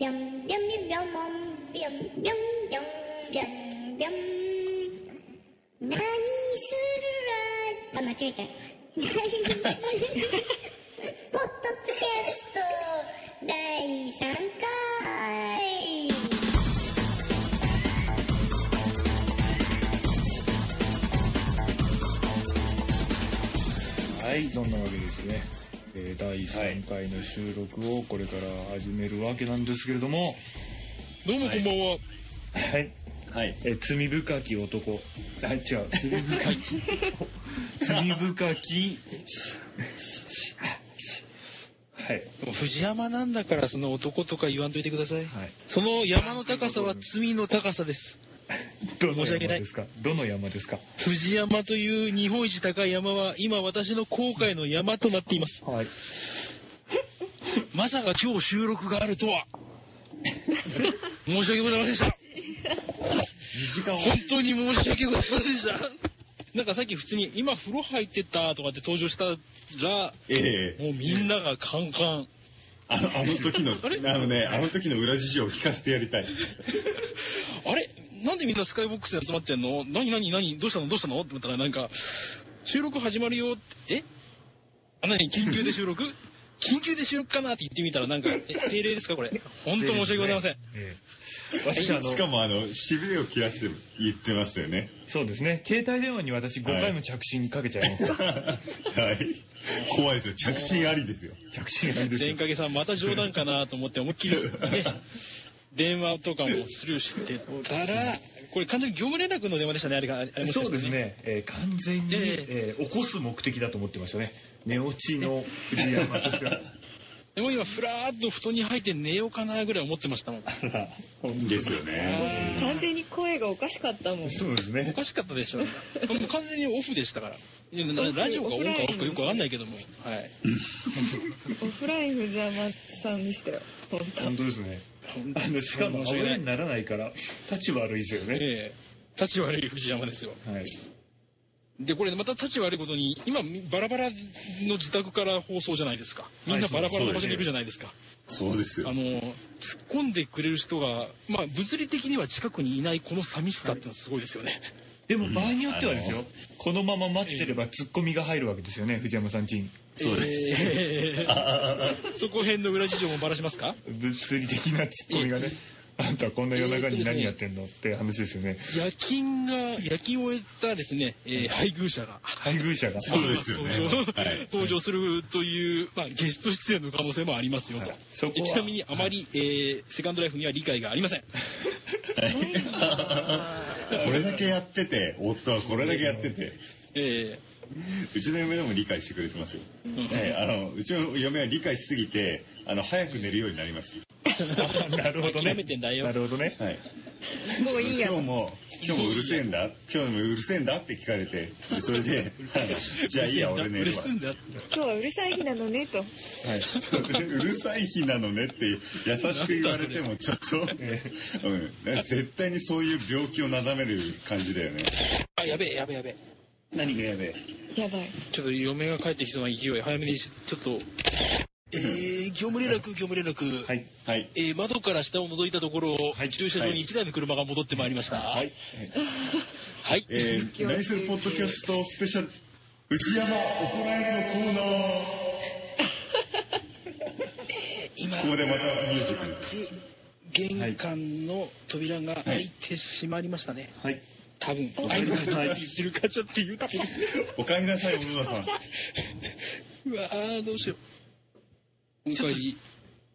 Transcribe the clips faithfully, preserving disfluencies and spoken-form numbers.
ビャンビャンビャンビャンモンビャンビャンビャンビャンビャン何するらあ、間違えたポッドキャストだいさんかい。 はい、そんなわけですね、えー、だいさんかいの収録をこれから始めるわけなんですけれども、 どうもこんばんは。 はいはい、えー、罪深き男、あ、違う、罪深き罪深きはい、 藤山なんだからその男とか言わんといてください、はい、その山の高さは罪の高さです。 どの山ですか？どの山ですか？ 藤山という日本一高い山は今私の後悔の山となっています、はい、まさか今日収録があるとは申し訳ございませんでした。にじかん本当に申し訳ございませんでした。なんかさっき普通に今風呂入ってたとかって登場したら、えー、もうみんながカンカン、 あの、あの時のあのねあの時の裏事情を聞かせてやりたい。 あれなんでみんなスカイボックスに集まってんの？何何何どうしたのどうしたのって思ったら、なんか収録始まるよって、えあ、何緊急で収録緊急で収録かなって言ってみたら、なんかえ定例ですかこれ。本当申し訳ございません、えー私あのしかもあのしびれを切らして言ってましたよね。 そうですね、携帯電話に私ごかいも着信かけちゃいました、はい、はい、 怖いですよ、着信ありですよ。 着信ありですよ。 千影さんまた冗談かなと思って思いっきりね電話とかもスルーしてたら、これ完全に業務連絡の電話でしたね。あれがありましたね。 そうですね、えー、完全に、えーえー、起こす目的だと思ってましたね、寝落ちの藤山としては。 でも今ふらーっと布団に入って寝ようかなぐらい思ってましたもん。 ですよね。 完全に声がおかしかったもん。 そうですね。 おかしかったでしょ。もう完全にオフでしたから。ラジオがオンかオフかよくわかんないけども、はい。 オフライン藤山さんでしたよ。 本当。本当ですね。あのしかもアウェイにならないから立ち悪いですよね。 ええ、立ち悪い藤山ですよ。はい。でこれまた立ち悪いことに、今バラバラの自宅から放送じゃないですか。みんなバラバラの場所にいるじゃないですか。 そうですよ。 あの突っ込んでくれる人が、まあ物理的には近くにいないこの寂しさってのはすごいですよね。 でも場合によってはですよ、うん、このまま待ってれば突っ込みが入るわけですよね、藤山さんちに。 そうです、えー、そこへんの裏事情もばらしますか？ 物理的な突っ込みがね、あんたこんな夜中に何やってんのって話ですよね。 夜勤が夜勤を終えたですね、えー、配偶者が配偶者がそうですよね、 登場、はい、登場するという、まあ、ゲスト出演の可能性もありますよと、はい、ちなみにあまり、はい、えー、セカンドライフには理解がありません。 これだけやってて、夫はこれだけやってて、 えー、うちの嫁でも理解してくれてますよ、はい、あのうちの嫁は理解しすぎて、あの早く寝るようになりました。 なるほどね。 諦めてんだよ。 なるほどね。 はい。 もういいや。 今日も今日もうるせえんだ。今日もうるせえんだって聞かれて、それでじゃあいいや俺寝るわ。 今日はうるさい日なのねと。はい。 うるさい日なのねって優しく言われてもちょっと、うん、絶対にそういう病気をなだめる感じだよね。 あ、やべえやべえやべえ。 何がやべえ。 やばい。 ちょっと嫁が帰ってきそうな勢い早めにちょっと。えー、業務連絡業務連絡、はいはい、えー、窓から下を覗いたところ、はい、駐車場にいちだいの車が戻ってまいりました。はい、はい、 えー、ナイスポッドキャストスペシャル内山怒られるのコーナー。 えー、今ここでまたおそらく玄関の扉が開いてしまいましたね。はい、多分おかえりなさいって言ってるかちょっと言うたおかえりなさい小野田さん。 うわーどうしよう。おかえり。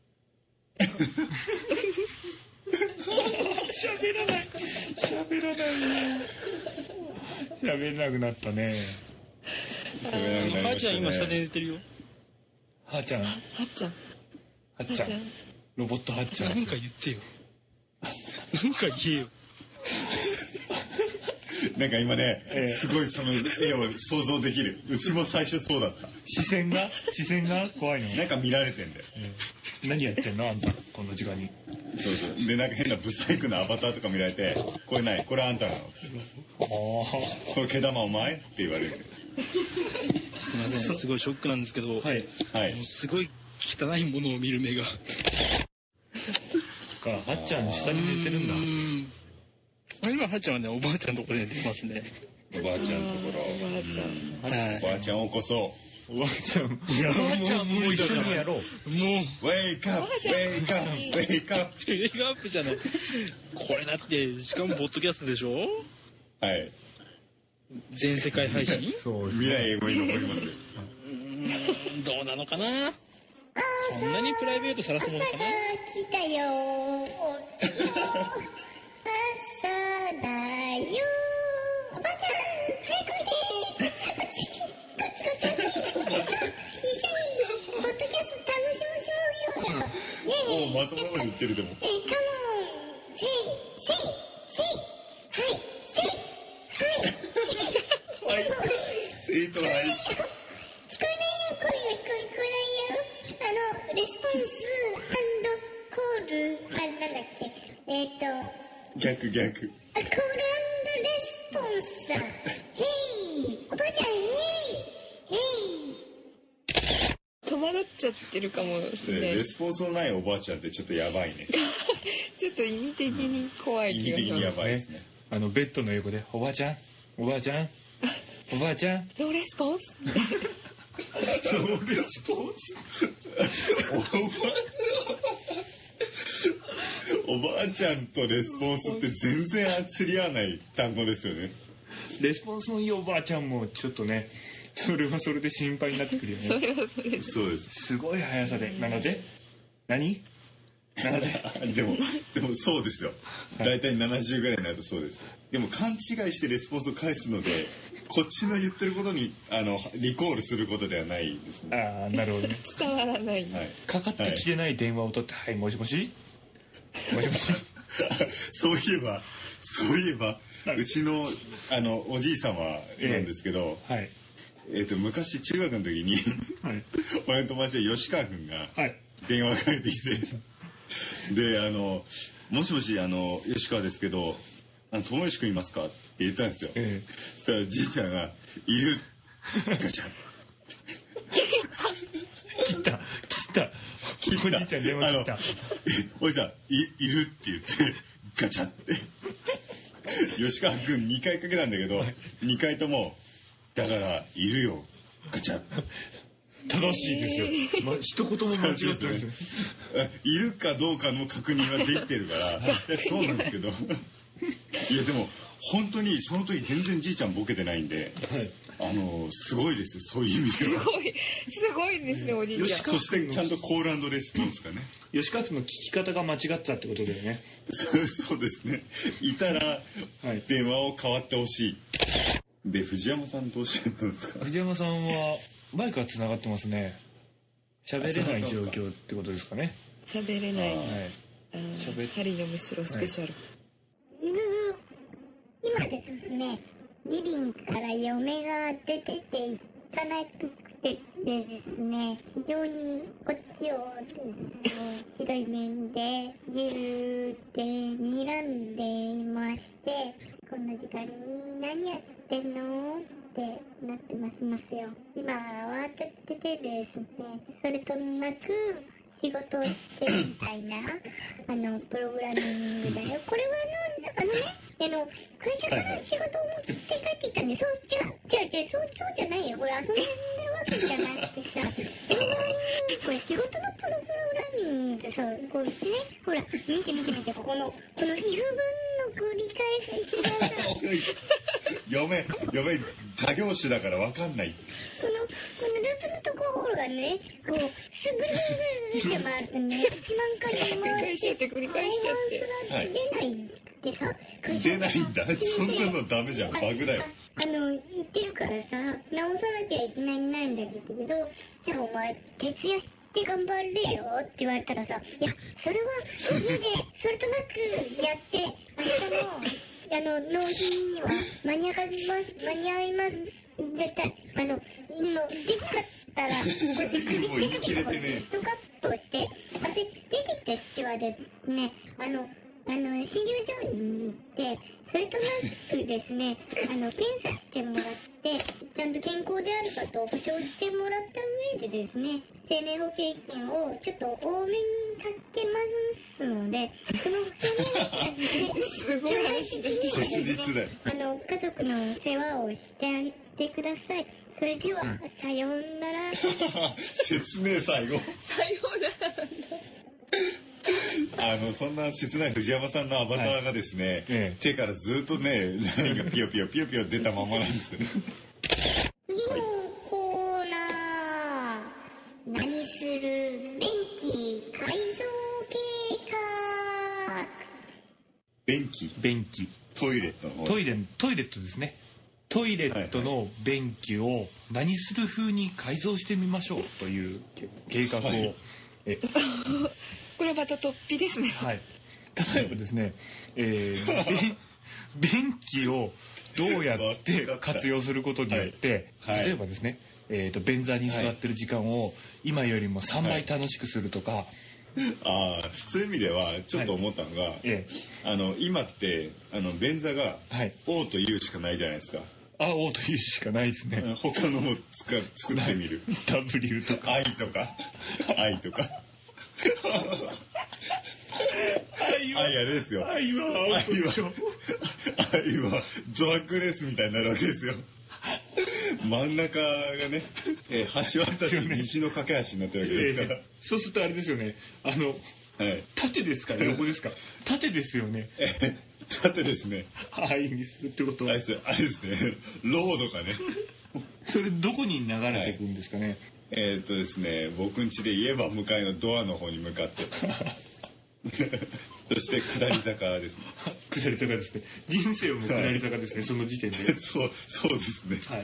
喋らない。喋らない。喋れなくなったね。 喋らなくなりましたね。 はーちゃん今下で寝てるよ。 はーちゃん。 はっちゃん。 はっちゃん。ロボットはっちゃん。 なんか言ってよ。なんか言えよ。 なんか今ね、えー、すごいその絵を想像できる。うちも最初そうだった。 視線が視線が怖いの。 なんか見られてんだよ。 うん、何やってんのあんたこの時間に。 そうそう。でなんか変なブサイクなアバターとか見られて、これないこれあんたなの。これ毛玉お前って言われる。 すみません、すごいショックなんですけど、はいはい、もうすごい汚いものを見る目が。 か。はっちゃん下に寝てるんだ。 うん、今はっちゃんはねおばあちゃんのところで寝てますね。 おばあちゃんのところ。 おばあちゃん、 はい、 おばあちゃんを起こそう。 おばあちゃん、おばあちゃんも一緒にやろう。もうウェイクアップ、ウェイクアップ、ウェイクアップ。 ウェイクアップじゃない。これだってしかもポッドキャストでしょ。 はい。 全世界配信。 そう未来英語に残りますよ。 うーん、どうなのかな。そんなにプライベートさらすものかな。 来たよー。起きよー。朝だよー。おばあちゃん、早くおいでー。こっち、こっちこっち。一緒にポッドキャスト楽しましょうよ。ねえ。 おまともなこと言ってるでも。 え、カモン。せい、せい、せい。はい、せい、はい。 はい。生徒の配信。 聞こえないよ、声が聞こえないよ。あの、レスポンス、ハンドコール、あ、なんだっけ。えっ、ー、と、 逆逆。 あ、コールレスポンスさ。ヘイ、おばあちゃん、ヘイ、ヘイ。 戸惑っちゃってるかもしれない。 レスポンスのないおばあちゃんってちょっとやばいね。 ちょっと意味的に怖い意気がします。 味的にやばいですね。 あのベッドの横でおばあちゃん、おばあちゃん、おばあちゃん。 ノーレスポンスみたいな。 ノーレスポンス。 おばあちゃんとレスポンスって全然釣り合わない単語ですよね。 レスポンスのいいおばあちゃんもちょっとね、それはそれで心配になってくるよね。 それはそれで。 そうです。 すごい速さで。なので何なのででもでもそうですよ。だいたいななじゅうぐらいになるとそうです。でも勘違いしてレスポンスを返すので、こっちの言ってることにあのリコールすることではないですね。 ああ、なるほどね。 伝わらない。 はい。 かかってきてない電話を取って、はい、もしもしもしもし。 そういえばそういえば、うちのあのおじい様なんですけど、 はい。 えっと昔中学の時に、 はい、 俺の友達の吉川君がはい、 電話がかけてきて、であのもしもしあの吉川ですけど、あの友吉君いますかって言ったんですよ。 ええ、 そしたらじいちゃんがいるガチャ切った切った切った。 おじいちゃん電話切った。 あのおじさん い, いるって言ってガチャって吉川君にかいかけたんだけど、にかいともだからいるよガチャ。 正しいですよ。ま、一言も間違ってないです。 いるかどうかの確認はできてるからそうなんですけど、いやでも本当にその時全然じいちゃんボケてないんで、はい、あのすごいですよ、そういう意味では。 すごいすごいですね、おじいちゃん。 そしてちゃんとコール&レスポンスかね。 吉川君の聞き方が間違ってたってことだよね。 そうそうですね。いたら電話を代わってほしい。で藤山さんどうしてたんですか。 藤山さんはマイクがつながってますね。喋れない状況ってことですかね。 喋れない。はい。 喋針のむしろスペシャル。 はい、今ですね、リビングから嫁が出てていかなくてですね、非常にこっちをですね、白い面でギューって睨んでいまして、こんな時間に何やってんのってなってますよ。今慌ててですね、それとなく仕事をしてるみたいなあのプログラミングだよ。これはあのあのね、あの会社から仕事を持って帰ってきたんで、そう違う違う違う、そうそうじゃないよ。これ遊んでるわけじゃなくてさ、これ仕事のプログラミングさ、こうね、ほら見て見て見て、ここのこの if 文の繰り返しがさ嫁嫁他業種だから分かんない。 このこのループのところがね、こうすぐるぐるって回るとね、いちまんかい繰り返しちゃって繰り返しちゃって、 はい、出ないってさ、 出ないんだ。そんなのダメじゃん、バグだよ。 あの言ってるからさ、直さなきゃいけないんだけど、じゃあお前徹夜して頑張れよって言われたらさ、いやそれは家でそれとなくやって明日のあの納品には間に合います間に合います絶対あののできなかったらこうやって首もう言い切れてね。 ストカットしてあで出てきた父はですね、あのあの診療所に行ってそれとなくですねあの検査してもらってちゃんと健康であるかと保証してもらった上でですね生命保険金をちょっと多めにかけますのでで、その二人すごい話だって切実だよ。 あの家族の世話をしてあげてください。それでは、うん、さようなら。 説明最後。 さようならなんだ。 あのそんな切ない藤山さんのアバターがですね、はいええ、手からずっとね何がピヨピヨピヨピヨ出たままなんですよ。 次のコーナー、何する便器改造計画。 便器便器トイレットのトイレトイレットですね。トイレットの便器を何する風に改造してみましょうという計画を、はい、えこれはまた突飛ですね。 はい。例えばですね、えー、便器をどうやって活用することによって、はいはい、例えばですね、えーと、便座に座ってる時間を今よりもさんばい楽しくするとか、はい、 ああ、そういう意味ではちょっと思ったのが、はいええ、あの今ってあの便座が「O」と「U」しかないじゃないですか。 あ、O というしかないですね。 他のも作ってみる。 W とか。 愛とか。愛とか。愛は。愛あれですよ。 愛はアウトでしょ。 愛はドラッグレースみたいになるわけですよ。真ん中がね、えー、橋渡し西の架け橋になってるわけですから。えー、 そうするとあれですよね。あの、はい、縦ですか横ですか。縦ですよね。 えー縦ですね。 愛にするってことは。 あれですね。ロードかね。 それどこに流れていくんですかね。はい、 えー、っとですね、僕ん家で言えば向かいのドアの方に向かって。そして下り坂ですね。 下り坂ですね。人生も下り坂ですね。はい、その時点で。 そうそうですね。はい。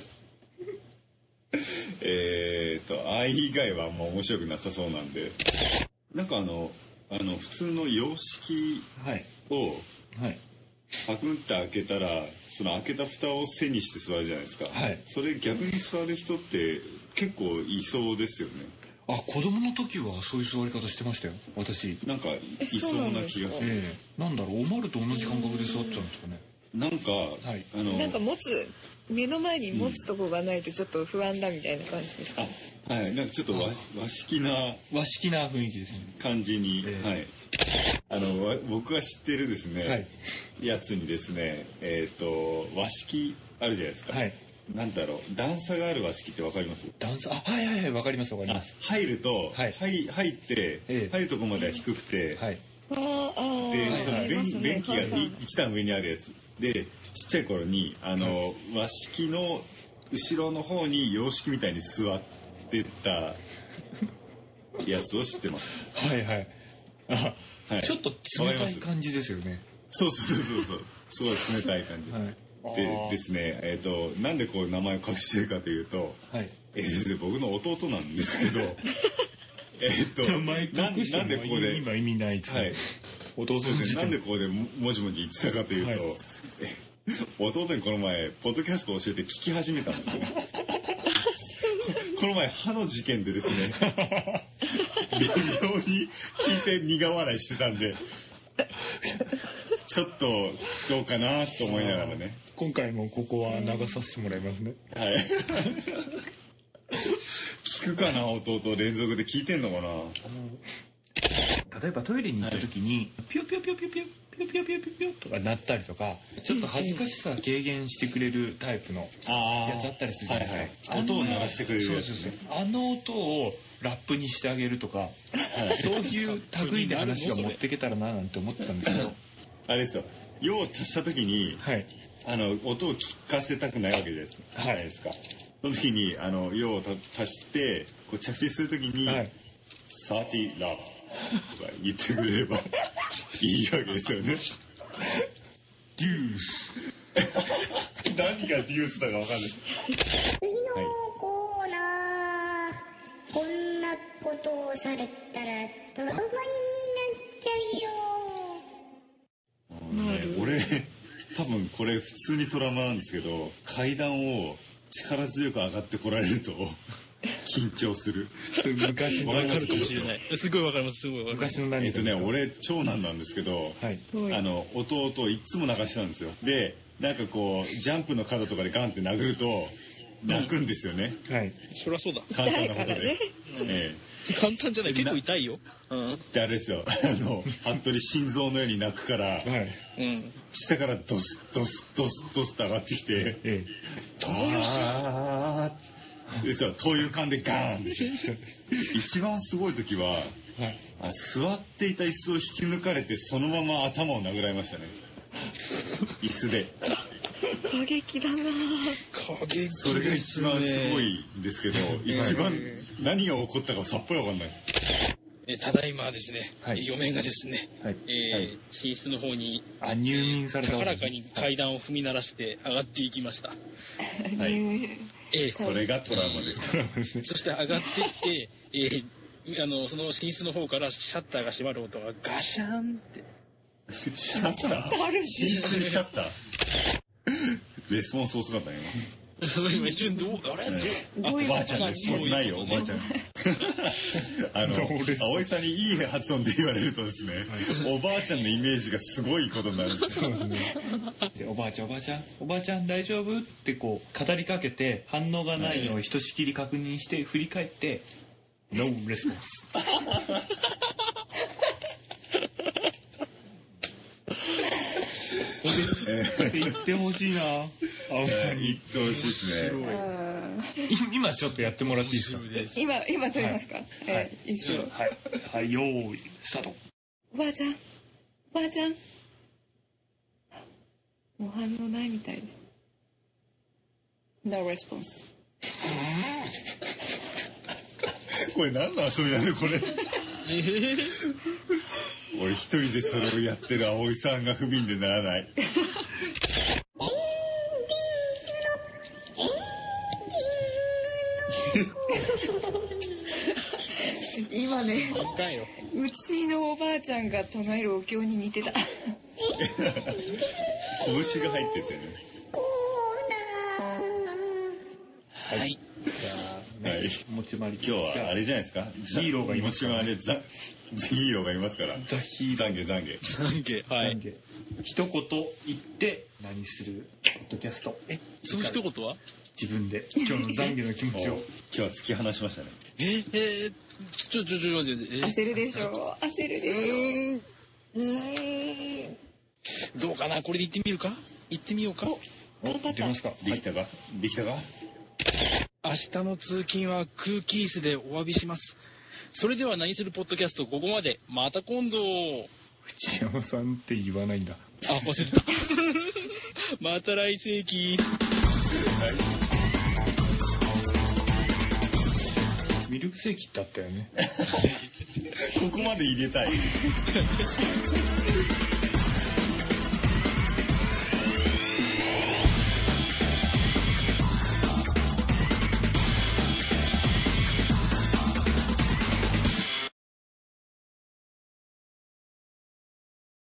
えっと愛以外はあんま面白くなさそうなんで、なんかあのあの普通の洋式を。はいはいパクンって開けたらその開けた蓋を背にして座るじゃないですか、はい、それ逆に座る人って結構いそうですよね。 あ、子供の時はそういう座り方してましたよ私。 なんかいそうな気がする。 ええ、なんだろう、おまると同じ感覚で座ってたんですかね。 なんか、はい、 あのなんか持つ目の前に持つとこがないとちょっと不安だみたいな感じですか、 うん、あ、はい、なんかちょっと和和式な和式な雰囲気ですね。 感じに、えー、はい。あの僕が知ってるですね、はい、やつにですね、えっ、ー、と和式あるじゃないですか。はい。なんだろう、段差がある和式ってわかります？ 段差、あ、はいはいはい、わかりますわかります。 入ると、はい、入入って、ええ、入るとこまでは低くて、はい。で、その便便器が一段上にあるやつで、ちっちゃい頃にあの、はい、和式の後ろの方に洋式みたいに座ってたやつを知ってます。 はいはい。あ。はい、ちょっと冷たい感じですよね。 そうそうそうそう、すごい冷たい感じ。はい、でですね、えっ、ー、となんでこう名前を隠してるかというと、はい、えー、僕の弟なんですけど、えっと名前隠してるのは今意味ないですね。はい、 弟ですね。なんでここでもじもじ言ってたかというと、はい、弟にこの前ポッドキャストを教えて聞き始めたんですよ。この前歯の事件でですね。微妙に聞いて苦笑いしてたんでちょっとどうかなと思いながらね。 今回もここは流させてもらいますね。はい。 聞くかな、弟連続で聞いてんのかな。 例えばトイレに行った時に、はい、ピヨピヨピヨピヨピヨピヨピヨピヨピヨとか鳴ったりとか、ちょっと恥ずかしさ軽減してくれるタイプのやつあったりするじゃないですか。 音を鳴らしてくれるやつですね。 あの音をラップにしてあげるとか、はい、そういう類で話が持っていけたらななんて思ってたんですけど、 あれですよ、用を足した時に、はい、あの音を聞かせたくないわけですじゃないですか。その時にあの用を足してこう着地する時に、はい、サーティラブとか言ってくれればいいわけですよね。 デュース何がデュースだかわかんない。 次のコーナー、こんなことをされたらトラウマになっちゃうよ。ね、俺多分これ普通にトラウマなんですけど、階段を力強く上がってこられると緊張する。 それ昔わかるかもしれない。すごいわかります。すごいわかります。 昔の何？えっとね、俺長男なんですけど、はい、あの弟をいつも泣かしてたんですよ。で、なんかこうジャンプの角とかでガンって殴ると泣くんですよね。 うん、はい。そりゃそうだ。 簡単なことで。 ね、ええ、簡単じゃない、結構痛いよ。 であれですよ、あの服部心臓のように泣くから、はい、うん、下からドスドスドスドスと上がってきて、ええ、あーですよ、灯油缶でガーンでしょ。一番すごい時は、はい、あ座っていた椅子を引き抜かれてそのまま頭を殴られましたね。椅子で。 過激だな。 過激ですね。 それが一番すごいんですけど、一番何が起こったかさっぱりわかんないです。 えただいまですね、はい、嫁がですね、はいえーはい、寝室の方にあ入眠された高らかに階段を踏み鳴らして上がっていきました。はい、 えー、それがトラウマです。 そして上がっていって、えー、あのその寝室の方からシャッターが閉まる音がガシャンって。 シャッター？寝室にシャッター？レスポンス遅かったね。 今一瞬どうあれどうおばあちゃんです。ないよおばあちゃん。あの葵さんにいい発音で言われるとですね、おばあちゃんのイメージがすごいことになるんですよ。 でおばあちゃんおばあちゃんおばあちゃん大丈夫ってこう語りかけて反応がないのをひとしきり確認して振り返ってノーレスポンス。って言ってほしいな、青さんに。 言ってほしいですね。 今ちょっとやってもらっていいですか。 今今撮りますか。はい。いいっすよ。 はいはい用意スタート。 おばあちゃんおばあちゃん。もう反応ないみたいです。No response。 これ何の遊びなのこれ。俺一人でそれをやってる葵さんが不憫でならない。 今ね、うちのおばあちゃんが唱えるお経に似てた。 拳が入っててね。 はい。はい、持ち回り今日はあれじゃないですか。 ヒーローがいますから、ね。 持ち回りザヒーローがいますから。 ザヒー懺悔懺悔懺悔はい。 一言言って何するポッドキャスト。 え、その一言は？ 自分で今日の懺悔の気持ちを。 今日は突き放しましたね。 えー、えー、ちょちょちょ待って、えー、 焦るでしょう。焦るでしょう。うーん。どうかな、これで言ってみるか。言ってみようか。 頑張った。ますか。 できたか。はい、できたか。 明日の通勤は空気椅子でお詫びします。それでは何するポッドキャストここまで。また今度。 内山さんって言わないんだ。 あ、忘れた。また来世紀。 ミルクセーキってあったよね。 ここまで入れたい。